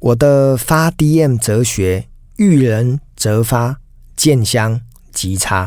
我的发 DM 哲学，遇人则发，见香即插。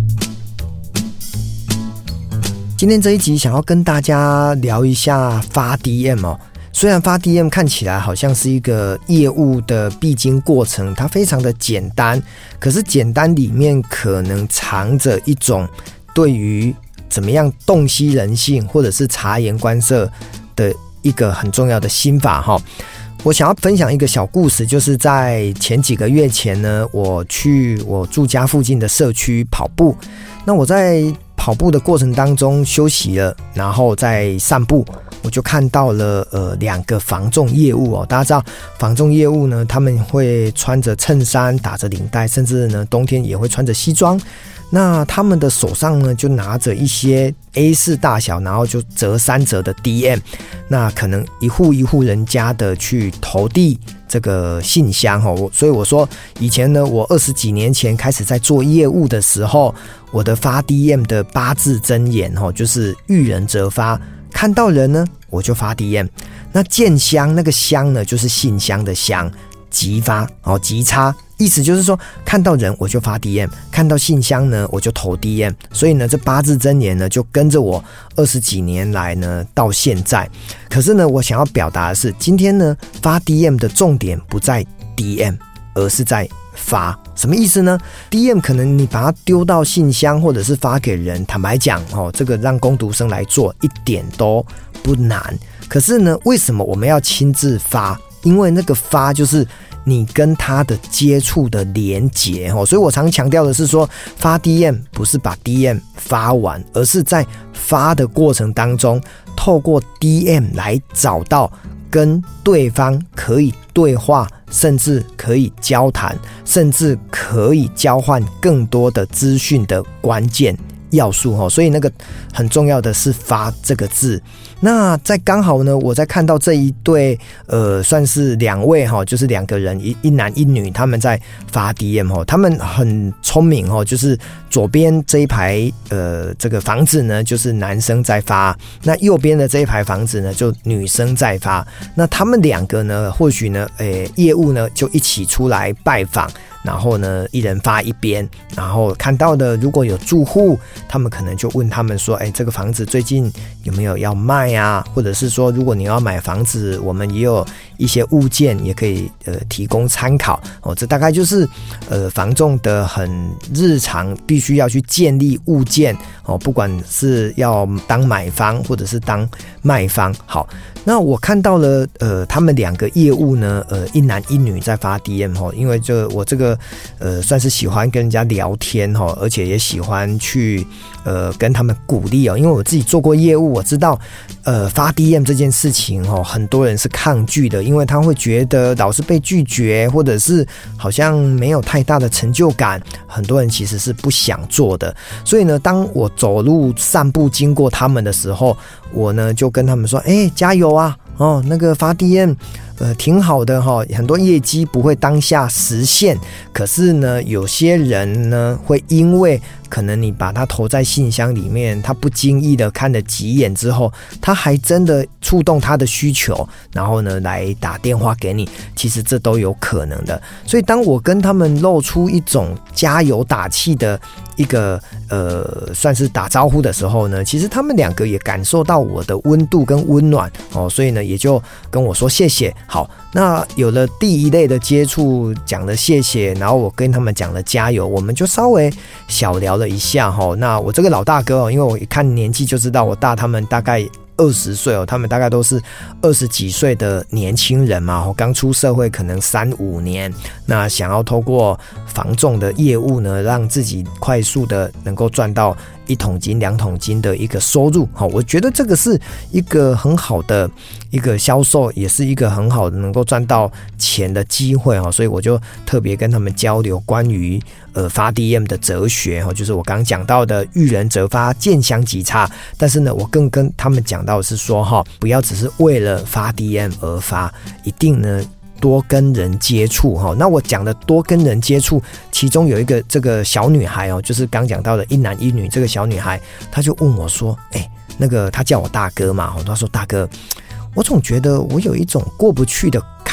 今天这一集想要跟大家聊一下发 DM 哦。虽然发 DM 看起来好像是一个业务的必经过程，它非常的简单，可是简单里面可能藏着一种对于怎么样洞悉人性或者是察言观色的一个很重要的心法哈。我想要分享一个小故事，就是在前几个月前呢，我去我住家附近的社区跑步。那我在跑步的过程当中休息了，然后在散步，我就看到了两个房仲业务哦。大家知道房仲业务呢，他们会穿着衬衫，打着领带，甚至呢冬天也会穿着西装。那他们的手上呢，就拿着一些 A4 大小，然后就折3折的 DM， 那可能一户一户人家的去投递这个信箱哦。所以我说，以前呢，我20几年前开始在做业务的时候，我的发 DM 的8字真言哦，就是遇人则发，看到人呢我就发 DM。那见香那个香呢，就是信箱的香，即发哦，即插。意思就是说，看到人我就发 DM， 看到信箱呢我就投 DM。所以呢，这8字真言呢就跟着我20几年来呢到现在。可是呢，我想要表达的是，今天呢发 DM 的重点不在 DM， 而是在发。什么意思呢？ DM 可能你把它丢到信箱或者是发给人，坦白讲哦，这个让工读生来做一点都不难。可是呢，为什么我们要亲自发？因为那个发就是你跟他的接触的连结，所以我常强调的是说，发 DM 不是把 DM 发完，而是在发的过程当中，透过 DM 来找到跟对方可以对话，甚至可以交谈，甚至可以交换更多的资讯的关键要素。所以那个很重要的是发这个字。那在刚好呢，我在看到这一对算是2位就是2个人，一男一女，他们在发 DM。他们很聪明，就是左边这一排这个房子呢就是男生在发，那右边的这一排房子呢就女生在发。那他们2个呢，或许呢业务呢就一起出来拜访，然后呢一人发一边，然后看到的如果有住户，他们可能就问他们说，这个房子最近有没有要卖啊？或者是说，如果你要买房子，我们也有一些物件也可以提供参考哦。这大概就是房仲的很日常必须要去建立物件哦，不管是要当买方或者是当卖方。好，那我看到了他们2个业务呢，一男一女在发 DM 哦，因为我这个算是喜欢跟人家聊天哦，而且也喜欢去跟他们鼓励哦，因为我自己做过业务，我知道发 DM 这件事情哦，很多人是抗拒的，因为他会觉得老是被拒绝，或者是好像没有太大的成就感，很多人其实是不想做的。所以呢，当我走路散步经过他们的时候，我呢就跟他们说，加油啊哦，那个发 DM挺好的很多业绩不会当下实现，可是呢有些人呢会因为可能你把它投在信箱里面，他不经意的看了几眼之后，他还真的触动他的需求，然后呢来打电话给你，其实这都有可能的。所以当我跟他们露出一种加油打气的一个算是打招呼的时候呢，其实他们2个也感受到我的温度跟温暖哦，所以呢也就跟我说谢谢。好，那有了第一类的接触，讲了谢谢，然后我跟他们讲了加油，我们就稍微小聊了一下。那我这个老大哥因为我一看年纪就知道我大他们大概20岁哦，他们大概都是20几岁的年轻人嘛，刚出社会可能3、5年，那想要透过房仲的业务呢，让自己快速的能够赚到1桶金、2桶金的一个收入。我觉得这个是一个很好的一个销售，也是一个很好的能够赚到钱的机会，所以我就特别跟他们交流关于发 DM 的哲学，就是我刚讲到的遇人则发，见香即插。但是呢，我更跟他们讲到的是说，不要只是为了发 DM 而发，一定呢多跟人接触。那我讲的多跟人接触，其中有一个这个小女孩就是刚讲到的一男一女，这个小女孩她就问我说，那个她叫我大哥嘛，她说大哥，我总觉得我有一种过不去的坎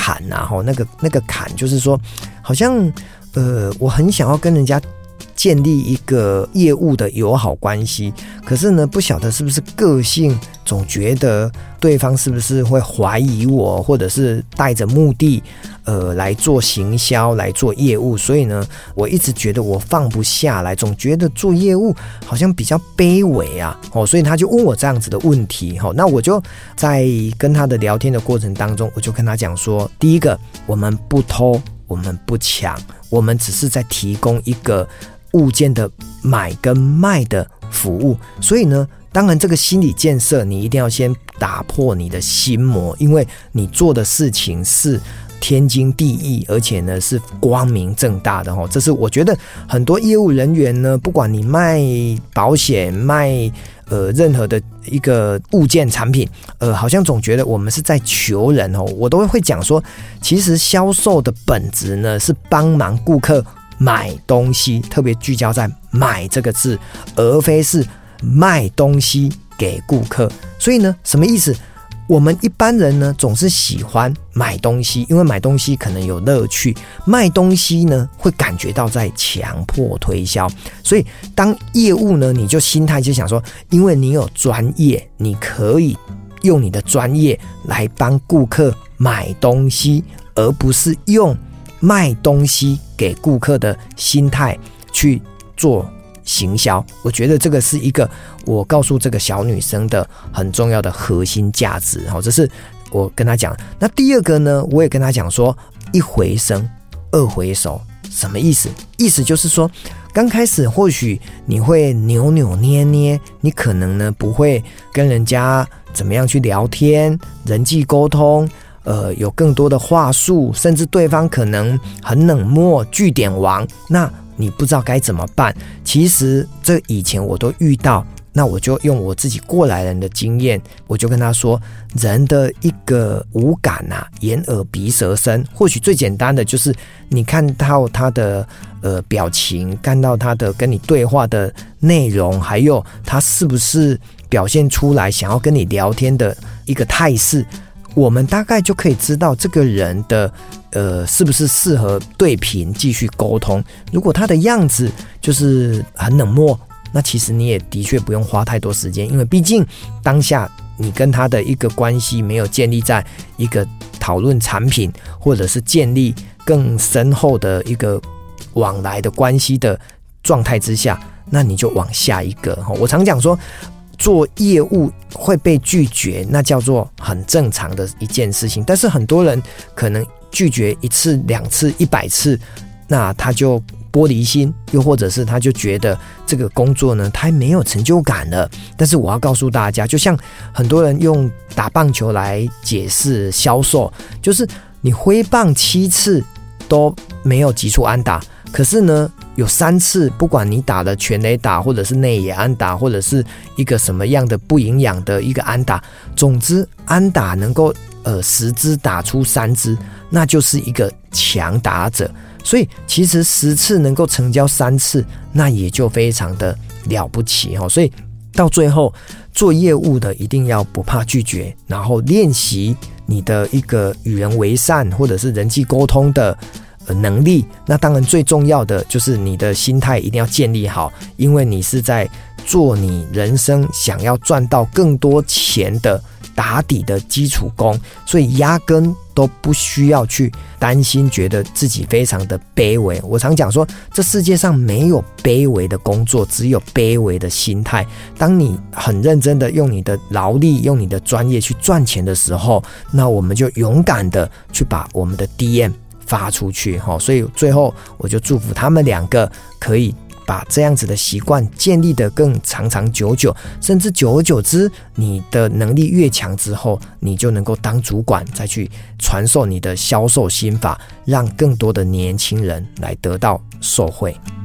坎啊，那个坎就是说，好像我很想要跟人家建立一个业务的友好关系，可是呢，不晓得是不是个性，总觉得对方是不是会怀疑我，或者是带着目的来做行销，来做业务，所以呢，我一直觉得我放不下来，总觉得做业务好像比较卑微啊，所以他就问我这样子的问题，那我就在跟他的聊天的过程当中，我就跟他讲说，第一个，我们不偷，我们不抢，我们只是在提供一个物件的买跟卖的服务，所以呢，当然这个心理建设你一定要先打破你的心魔，因为你做的事情是天经地义，而且呢是光明正大的，这是我觉得很多业务人员呢，不管你卖保险卖任何的一个物件产品，好像总觉得我们是在求人，我都会讲说，其实销售的本质呢是帮忙顾客买东西，特别聚焦在买这个字，而非是卖东西给顾客。所以呢，什么意思？我们一般人呢总是喜欢买东西，因为买东西可能有乐趣，卖东西呢会感觉到在强迫推销。所以当业务呢，你就心态就想说，因为你有专业，你可以用你的专业来帮顾客买东西，而不是用卖东西给顾客的心态去做行销。我觉得这个是一个我告诉这个小女生的很重要的核心价值，这是我跟她讲。那第二个呢，我也跟她讲说，一回生二回熟，什么意思？意思就是说，刚开始或许你会扭扭捏捏，你可能呢不会跟人家怎么样去聊天，人际沟通有更多的话术，甚至对方可能很冷漠，句点王，那你不知道该怎么办。其实这以前我都遇到，那我就用我自己过来人的经验，我就跟他说，人的一个五感啊，眼耳鼻舌身，或许最简单的就是你看到他的表情，看到他的跟你对话的内容，还有他是不是表现出来想要跟你聊天的一个态势，我们大概就可以知道这个人的是不是适合对频继续沟通。如果他的样子就是很冷漠，那其实你也的确不用花太多时间，因为毕竟当下你跟他的一个关系没有建立在一个讨论产品，或者是建立更深厚的一个往来的关系的状态之下，那你就往下一个。我常讲说，做业务会被拒绝，那叫做很正常的一件事情，但是很多人可能拒绝1次2次100次，那他就玻璃心，又或者是他就觉得这个工作呢太没有成就感了。但是我要告诉大家，就像很多人用打棒球来解释销售，就是你挥棒7次都没有击出安打，可是呢有3次，不管你打的全垒打，或者是内野安打，或者是一个什么样的不营养的一个安打，总之安打能够10支打出3支，那就是一个强打者。所以其实10次能够成交3次，那也就非常的了不起。所以到最后做业务的一定要不怕拒绝，然后练习你的一个与人为善或者是人际沟通的能力。那当然最重要的就是你的心态一定要建立好，因为你是在做你人生想要赚到更多钱的打底的基础功，所以压根都不需要去担心觉得自己非常的卑微。我常讲说，这世界上没有卑微的工作，只有卑微的心态。当你很认真的用你的劳力，用你的专业去赚钱的时候，那我们就勇敢的去把我们的 DM 发出去。所以最后我就祝福他们2个可以把这样子的习惯建立得更长长久久，甚至久而久之，你的能力越强之后，你就能够当主管，再去传授你的销售心法，让更多的年轻人来得到受惠。